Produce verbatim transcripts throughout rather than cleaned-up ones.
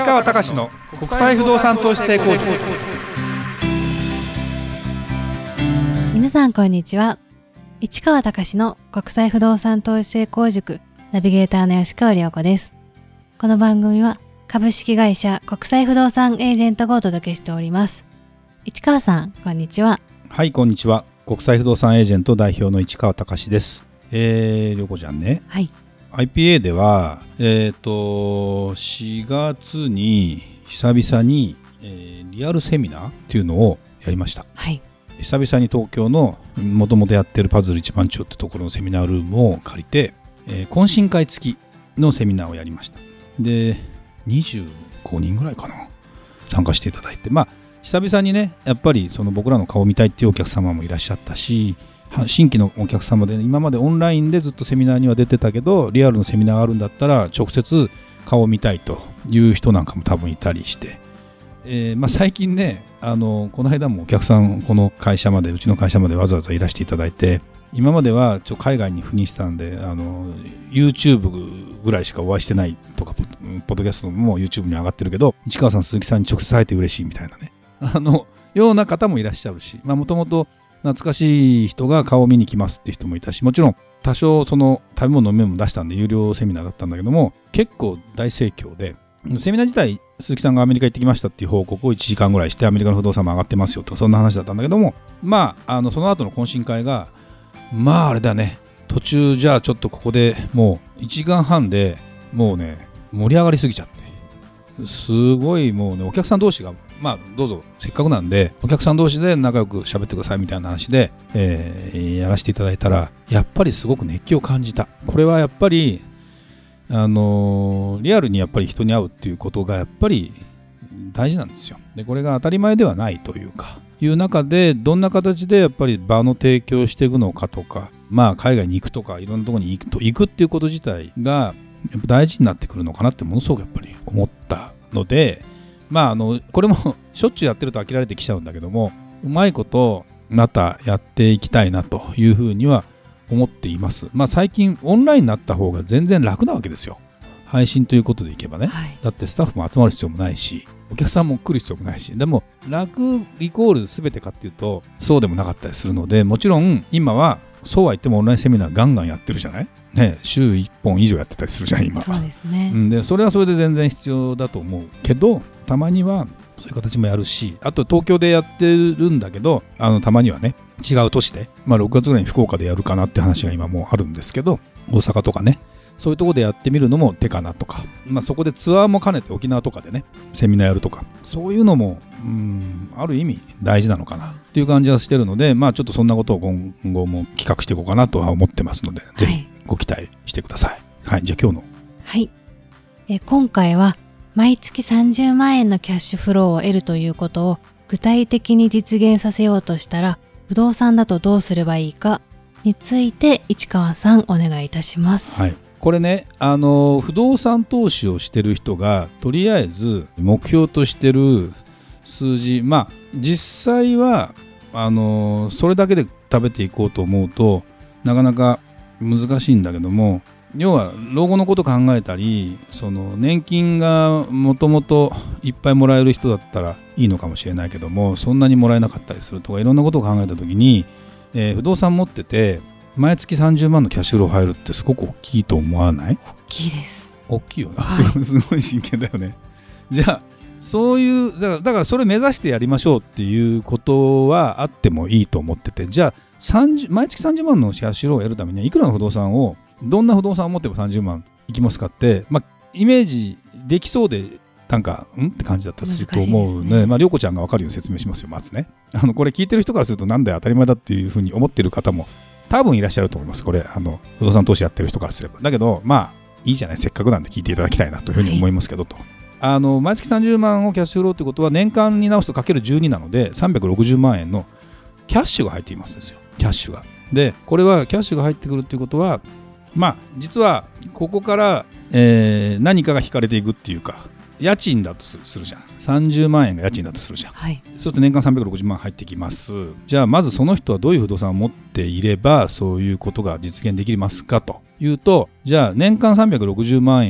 川隆の国際不動産投資成功塾。 皆さんこんにちは。市川隆の国際不動産投資成功塾ナビゲーターの吉川良子です。この番組は株式会社国際不動産エージェントがお届けしております。市川さんこんにちは。 はい、こんにちは。国際不動産エージェント代表の市川隆です。えー、良子ちゃんね、 はい、 アイピーエー では、えー、としがつに久々に、えー、リアルセミナーっていうのをやりました。 はい、 久々に東京のもともとやってるパズル一番町ってところのセミナールームを借りて、えー、懇親会付きのセミナーをやりました。でにじゅうごにんぐらいかな参加していただいて、まあ久々にねやっぱりその僕らの顔を見たいっていうお客様もいらっしゃったし、新規のお客様で今までオンラインでずっとセミナーには出てたけどリアルのセミナーがあるんだったら直接顔を見たいという人なんかも多分いたりして、えーまあ、最近ねあのこの間もお客さんこの会社までうちの会社までわざわざいらしていただいて、今まではちょ海外に赴任したんであの YouTube ぐらいしかお会いしてないとか、ポッドキャストも YouTube に上がってるけど市川さん鈴木さんに直接会えて嬉しいみたいなねあのような方もいらっしゃるし、もともと懐かしい人が顔を見に来ますって人もいたし、もちろん多少その食べ物飲み物も出したんで有料セミナーだったんだけども結構大盛況で、セミナー自体鈴木さんがアメリカ行ってきましたっていう報告をいちじかんぐらいしてアメリカの不動産も上がってますよとかそんな話だったんだけども、まあ、あのその後の懇親会がまああれだね、途中じゃあちょっとここでもういちじかんはんでもうね盛り上がりすぎちゃって、すごいもうねお客さん同士がまあどうぞせっかくなんでお客さん同士で仲良く喋ってくださいみたいな話で、えー、やらせていただいたらやっぱりすごく熱気を感じた。これはやっぱりあのー、リアルにやっぱり人に会うっていうことがやっぱり大事なんですよ。でこれが当たり前ではないというかいう中でどんな形でやっぱり場の提供していくのかとか、まあ海外に行くとかいろんなところに行くと行くっていうこと自体がやっぱ大事になってくるのかなってものすごくやっぱり思ったので、まああのこれもしょっちゅうやってると飽きられてきちゃうんだけども、うまいことまたやっていきたいなというふうには思っています。まあ最近オンラインになった方が全然楽なわけですよ。配信ということでいけばね、はい、だってスタッフも集まる必要もないしお客さんも来る必要もないし、でも楽イコール全てかっていうとそうでもなかったりするので、もちろん今はそうは言ってもオンラインセミナーガンガンやってるじゃない、ね、週いっぽん以上やってたりするじゃん今は。 そうですね、 うん、でそれはそれで全然必要だと思うけど、たまにはそういう形もやるし、あと東京でやってるんだけどあのたまにはね違う都市で、まあ、ろくがつぐらいに福岡でやるかなって話が今もうあるんですけど、大阪とかねそういうところでやってみるのも手かなとか、まあ、そこでツアーも兼ねて沖縄とかでねセミナーやるとか、そういうのもうんある意味大事なのかなっていう感じはしてるので、まあちょっとそんなことを今後も企画していこうかなとは思ってますので、はい、ぜひご期待してください。はい、じゃあ今日のはいえ今回は毎月さんじゅうまんえんのキャッシュフローを得るということを具体的に実現させようとしたら不動産だとどうすればいいかについて市川さんお願いいたします。 はい、これねあの不動産投資をしてる人がとりあえず目標としてる数字、まあ実際はあのそれだけで食べていこうと思うとなかなか難しいんだけども、要は老後のこと考えたりその年金がもともといっぱいもらえる人だったらいいのかもしれないけどもそんなにもらえなかったりするとかいろんなことを考えたときに、えー、不動産持ってて毎月さんじゅうまんのキャッシュフロー入るってすごく大きいと思わない？ 大きいです。 大きいよね、 はい、 すごい真剣だよね。じゃあそういうだから、だからそれ目指してやりましょうっていうことはあってもいいと思ってて、じゃあさんじゅう毎月さんじゅうまんのキャッシュフローを得るためにはいくらの不動産をどんな不動産を持ってもさんじゅうまんいきますかって、まあ、イメージできそうでなんかんって感じだったりすると思うね。まあ涼子ちゃんが分かるように説明しますよ。まずねあのこれ聞いてる人からするとなんだよ当たり前だっていうふうに思ってる方も多分いらっしゃると思います。これあの不動産投資やってる人からすればだけどまあいいじゃない、せっかくなんで聞いていただきたいなというふうに思いますけど、はい、とあの毎月さんじゅうまんをキャッシュフローってことは年間に直すとかけるじゅうになのでさんびゃくろくじゅうまんえんのキャッシュが入っていますですよ。キャッシュがでこれはキャッシュが入ってくるっていうことはまあ実はここから、えー、何かが引かれていくっていうか家賃だとす る, するじゃんさんじゅうまんえんが家賃だとするじゃん、はい、そうすると年間さんびゃくろくじゅうまん入ってきます。じゃあまずその人はどういう不動産を持っていればそういうことが実現できますかというと、じゃあ年間さんびゃくろくじゅうまんえん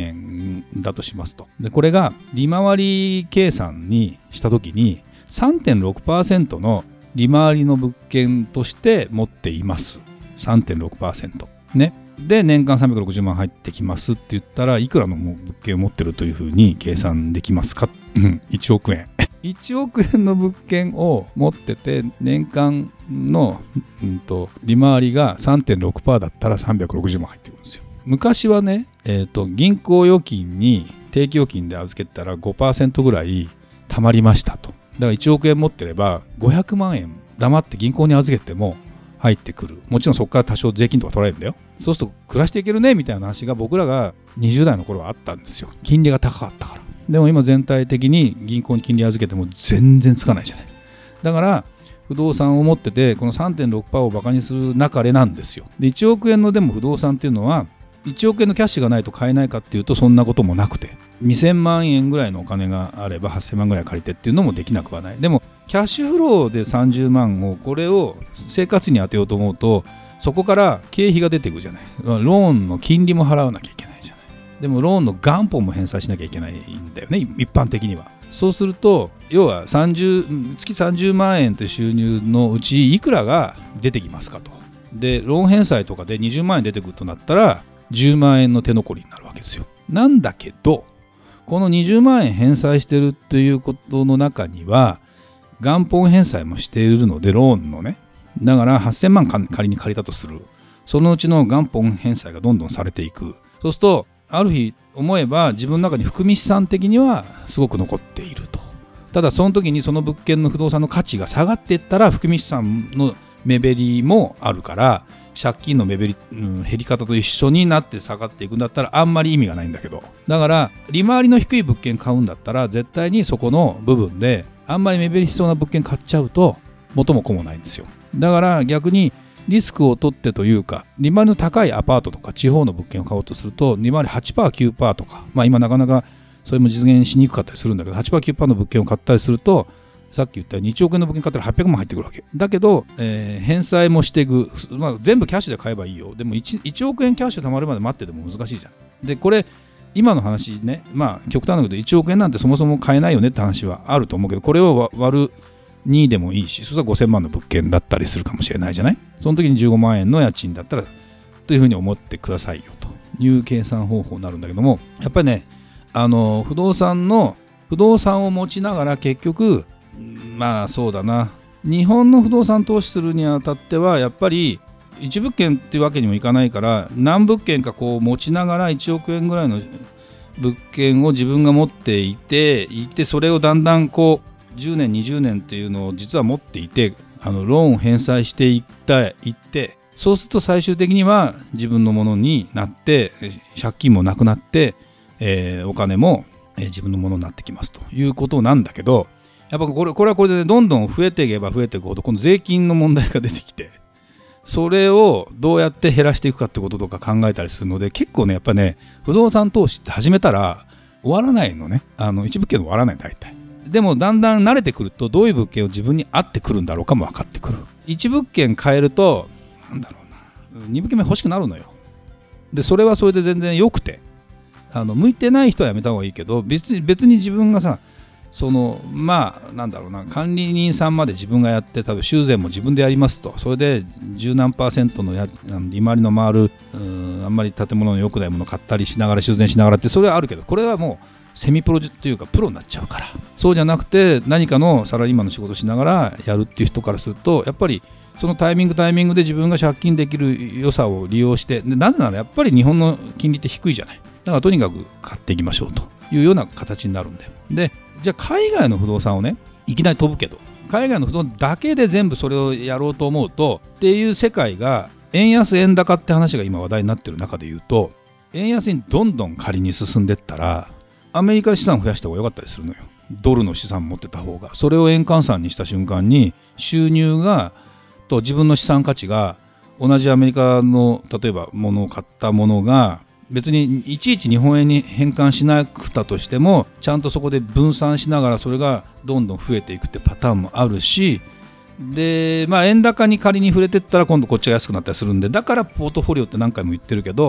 んだとしますと。でこれが利回り計算にしたときに さんてんろくパーセント の利回りの物件として持っています。 さんてんろくパーセント ね。で年間さんびゃくろくじゅうまん入ってきますって言ったらいくらのもう物件を持ってるというふうに計算できますか。いちおくえんいちおくえんの物件を持ってて年間の、うん、と利回りが さんてんろくパーセント だったらさんびゃくろくじゅうまん入ってくるんですよ。昔はね、えーと、銀行預金に定期預金で預けたら ごパーセント ぐらい貯まりましたと。だからいちおくえん持ってればごひゃくまんえん黙って銀行に預けても入ってくる。もちろんそこから多少税金とか取られるんだよ。そうすると暮らしていけるねみたいな話が僕らがにじゅう代の頃はあったんですよ。金利が高かったから。でも今全体的に銀行に金利預けても全然つかないじゃない。だから不動産を持っててこの さんてんろくパーセント をバカにするなかれなんですよ。でいちおくえんのでも不動産っていうのはいちおくえんのキャッシュがないと買えないかっていうとそんなこともなくてにせんまんえんぐらいのお金があればはっせんまんぐらい借りてっていうのもできなくはない。でもキャッシュフローでさんじゅうまんをこれを生活に当てようと思うとそこから経費が出てくるじゃない。ローンの金利も払わなきゃいけないじゃない。でもローンの元本も返済しなきゃいけないんだよね一般的には。そうすると要はさんじゅう月さんじゅうまんえんという収入のうちいくらが出てきますかと。でローン返済とかでにじゅうまんえん出てくるとなったらじゅうまんえんの手残りになるわけですよ。なんだけどこのにじゅうまんえん返済してるということの中には元本返済もしているのでローンのねだからはっせんまん仮に借りたとする。そのうちの元本返済がどんどんされていく。そうするとある日思えば自分の中に含み資産的にはすごく残っていると。ただその時にその物件の不動産の価値が下がっていったら含み資産の目減りもあるから借金の目減り、うん、減り方と一緒になって下がっていくんだったらあんまり意味がないんだけど、だから利回りの低い物件買うんだったら絶対にそこの部分であんまり目減りしそうな物件買っちゃうと元も子もないんですよ。だから逆にリスクを取ってというか利回りの高いアパートとか地方の物件を買おうとすると利回り はちパーセント、きゅうパーセント とか、まあ今なかなかそれも実現しにくかったりするんだけど はちパーセント、きゅうパーセント の物件を買ったりするとさっき言ったようにいちおくえんの物件買ったらはっぴゃくまん入ってくるわけだけど、えー、返済もしていく、まあ、全部キャッシュで買えばいいよ。でも 1, いちおくえんキャッシュ貯まるまで待ってても難しいじゃん。でこれ今の話ね、まあ極端なことでいちおくえんなんてそもそも買えないよねって話はあると思うけどこれを割るにでもいいし、そしたらごせんまんの物件だったりするかもしれないじゃない。その時にじゅうごまんえんの家賃だったらというふうに思ってくださいよという計算方法になるんだけども、やっぱりねあの不動産の不動産を持ちながら結局まあそうだな日本の不動産投資するにあたってはやっぱり一物件っていうわけにもいかないから何物件かこう持ちながらいちおくえんぐらいの物件を自分が持っていていてそれをだんだんこうじゅうねんにじゅうねんっていうのを実は持っていてあのローンを返済していっていってそうすると最終的には自分のものになって借金もなくなって、えー、お金も、えー、自分のものになってきますということなんだけどやっぱこれ、これはこれで、ね、どんどん増えていけば増えていくほどこの税金の問題が出てきてそれをどうやって減らしていくかってこととか考えたりするので結構ねやっぱね不動産投資って始めたら終わらないのね。あの一物件で終わらない大体。でもだんだん慣れてくるとどういう物件を自分に合ってくるんだろうかも分かってくる。一物件買えるとなんだろうなに物件目欲しくなるのよ。でそれはそれで全然良くてあの向いてない人はやめた方がいいけど別に別に自分がさそのまあなんだろうな管理人さんまで自分がやって多分修繕も自分でやりますとそれで十何パーセントのや利回りの回るうーんあんまり建物の良くないものを買ったりしながら修繕しながらってそれはあるけどこれはもうセミプロというかプロになっちゃうからそうじゃなくて何かのサラリーマンの仕事しながらやるっていう人からするとやっぱりそのタイミングタイミングで自分が借金できる良さを利用してでなぜならやっぱり日本の金利って低いじゃない。だからとにかく買っていきましょうというような形になるんだよ。でじゃあ海外の不動産をねいきなり飛ぶけど海外の不動産だけで全部それをやろうと思うとっていう世界が円安円高って話が今話題になってる中で言うと円安にどんどん仮に進んでったらアメリカ資産を増やした方が良かったりするのよ。ドルの資産持ってた方がそれを円換算にした瞬間に収入がと自分の資産価値が同じアメリカの例えば物を買ったものが別にいちいち日本円に変換しなくたとしてもちゃんとそこで分散しながらそれがどんどん増えていくってパターンもあるしで、まあ、円高に仮に触れてったら今度こっちが安くなったりするんでだからポートフォリオって何回も言ってるけど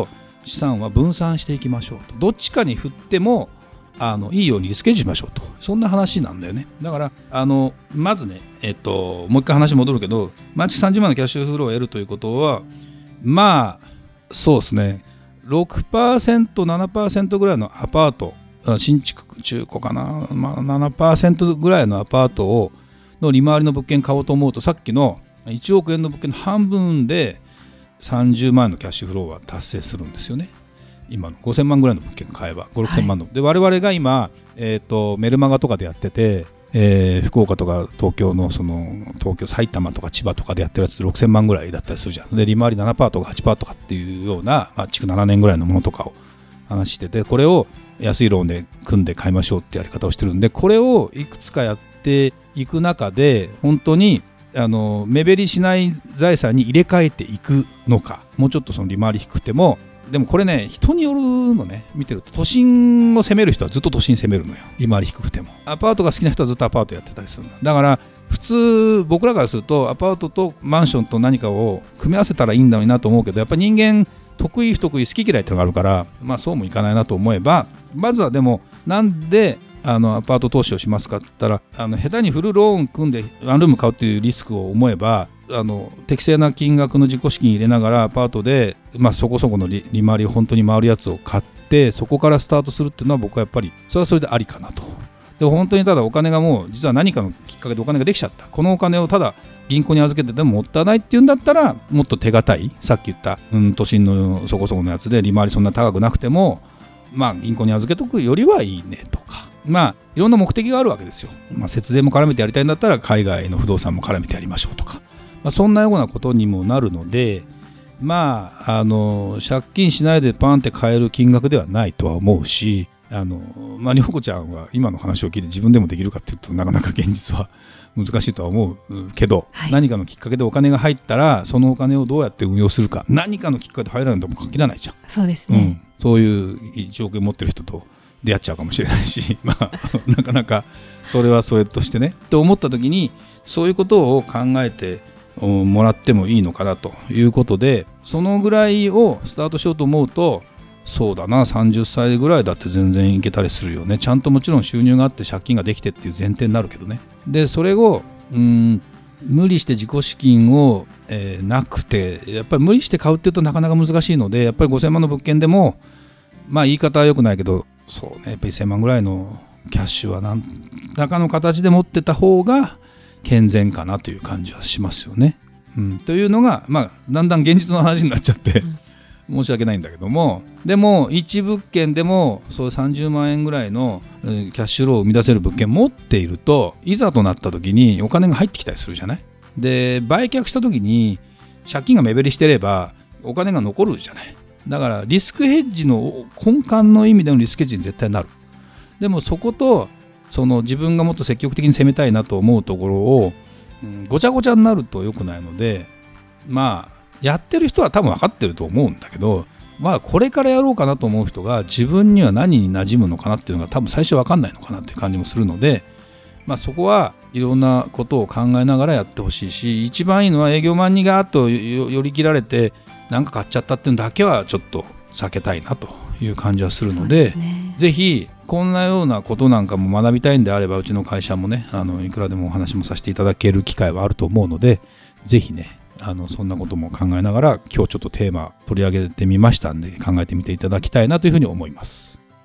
資産は分散していきましょうと、どっちかに振ってもあのいいようにリスケジュールしましょうと、そんな話なんだよね。だからあのまずね、えっと、もう一回話戻るけど、毎月さんじゅうまんのキャッシュフローを得るということは、まあそうですね、ろくパーセント、ななパーセント ぐらいのアパート、新築中古かな、まあ、ななパーセント ぐらいのアパートをの利回りの物件買おうと思うと、さっきのいちおくえんの物件の半分でさんじゅうまん円のキャッシュフローは達成するんですよね。今のごせんまんぐらいの物件買えばご、ろくせんまんの、はい、で我々が今、えーと、メルマガとかでやってて、えー、福岡とか東京のその東京埼玉とか千葉とかでやってるやつろくせんまんぐらいだったりするじゃん。で利回り ななパーセント とか はちパーセント とかっていうような、まあ、築ななねんぐらいのものとかを話してて、これを安いローンで組んで買いましょうってやり方をしてるんで、これをいくつかやっていく中で本当にあの目減りしない財産に入れ替えていくのか、もうちょっとその利回り低くても、でもこれね、人によるのね、見てると都心を攻める人はずっと都心攻めるのよ、利回り低くても。アパートが好きな人はずっとアパートやってたりするのだから、普通僕らからするとアパートとマンションと何かを組み合わせたらいいんだろうなと思うけど、やっぱり人間得意不得意好き嫌いっていうのがあるから、まあそうもいかないなと思えば、まずはでもなんであのアパート投資をしますかって言ったら、あの下手にフルローン組んでワンルーム買うっていうリスクを思えば、あの適正な金額の自己資金入れながらアパートで、まあ、そこそこの 利, 利回り本当に回るやつを買って、そこからスタートするっていうのは僕はやっぱりそれはそれでありかなと。で本当にただお金がもう実は何かのきっかけでお金ができちゃった、このお金をただ銀行に預けててももったいないっていうんだったら、もっと手堅いさっき言った、うん、都心のそこそこのやつで利回りそんな高くなくても、まあ、銀行に預けとくよりはいいねとか、まあいろんな目的があるわけですよ。まあ、節税も絡めてやりたいんだったら海外の不動産も絡めてやりましょうとか、まあ、そんなようなことにもなるので、まあ、あの借金しないでパンって買える金額ではないとは思うし、あの、まあ、りょうこちゃんは今の話を聞いて自分でもできるかっていうとなかなか現実は難しいとは思うけど、はい、何かのきっかけでお金が入ったらそのお金をどうやって運用するか、何かのきっかけで入らないとも限らないじゃん。 そうですね、うん、 そういういちおくえん持ってる人と出会っちゃうかもしれないし、まあ、なかなかそれはそれとしてねと思った時に、そういうことを考えてもらってもいいのかなということで、そのぐらいをスタートしようと思うと、そうだな、さんじゅっさいぐらいだって全然いけたりするよね。ちゃんともちろん収入があって借金ができてっていう前提になるけどね。でそれをうーん無理して自己資金を、えー、なくて、やっぱり無理して買うっていうとなかなか難しいので、やっぱりごせんまんの物件でも、まあ言い方は良くないけど、そうね、やっぱりせんまんぐらいのキャッシュは何らかの形で持ってた方が健全かなという感じはしますよね。うん、というのが、まあ、だんだん現実の話になっちゃって、うん、申し訳ないんだけども、でも一物件でもそうさんじゅうまんえんぐらいのキャッシュローを生み出せる物件持っていると、いざとなった時にお金が入ってきたりするじゃない。で売却した時に借金が目減りしてればお金が残るじゃない。だからリスクヘッジの根幹の意味でのリスクヘッジに絶対なる。でもそことその自分がもっと積極的に攻めたいなと思うところを、うん、ごちゃごちゃになると良くないので、まあやってる人は多分分かってると思うんだけど、まあこれからやろうかなと思う人が自分には何に馴染むのかなっていうのが多分最初分かんないのかなっていう感じもするので、まあそこはいろんなことを考えながらやってほしいし、一番いいのは営業マンにガーッと寄り切られてなんか買っちゃったっていうのだけはちょっと避けたいなという感じはするの で, で、ね、ぜひこんなようなことなんかも学びたいんであれば、うちの会社もね、あのいくらでもお話もさせていただける機会はあると思うので、ぜひね、あのそんなことも考えながら今日ちょっとテーマ取り上げてみましたんで、考えてみていただきたいなというふうに思います。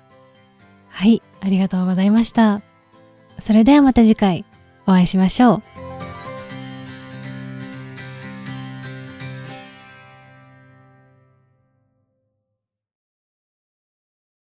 はい、ありがとうございました。それではまた次回お会いしましょう。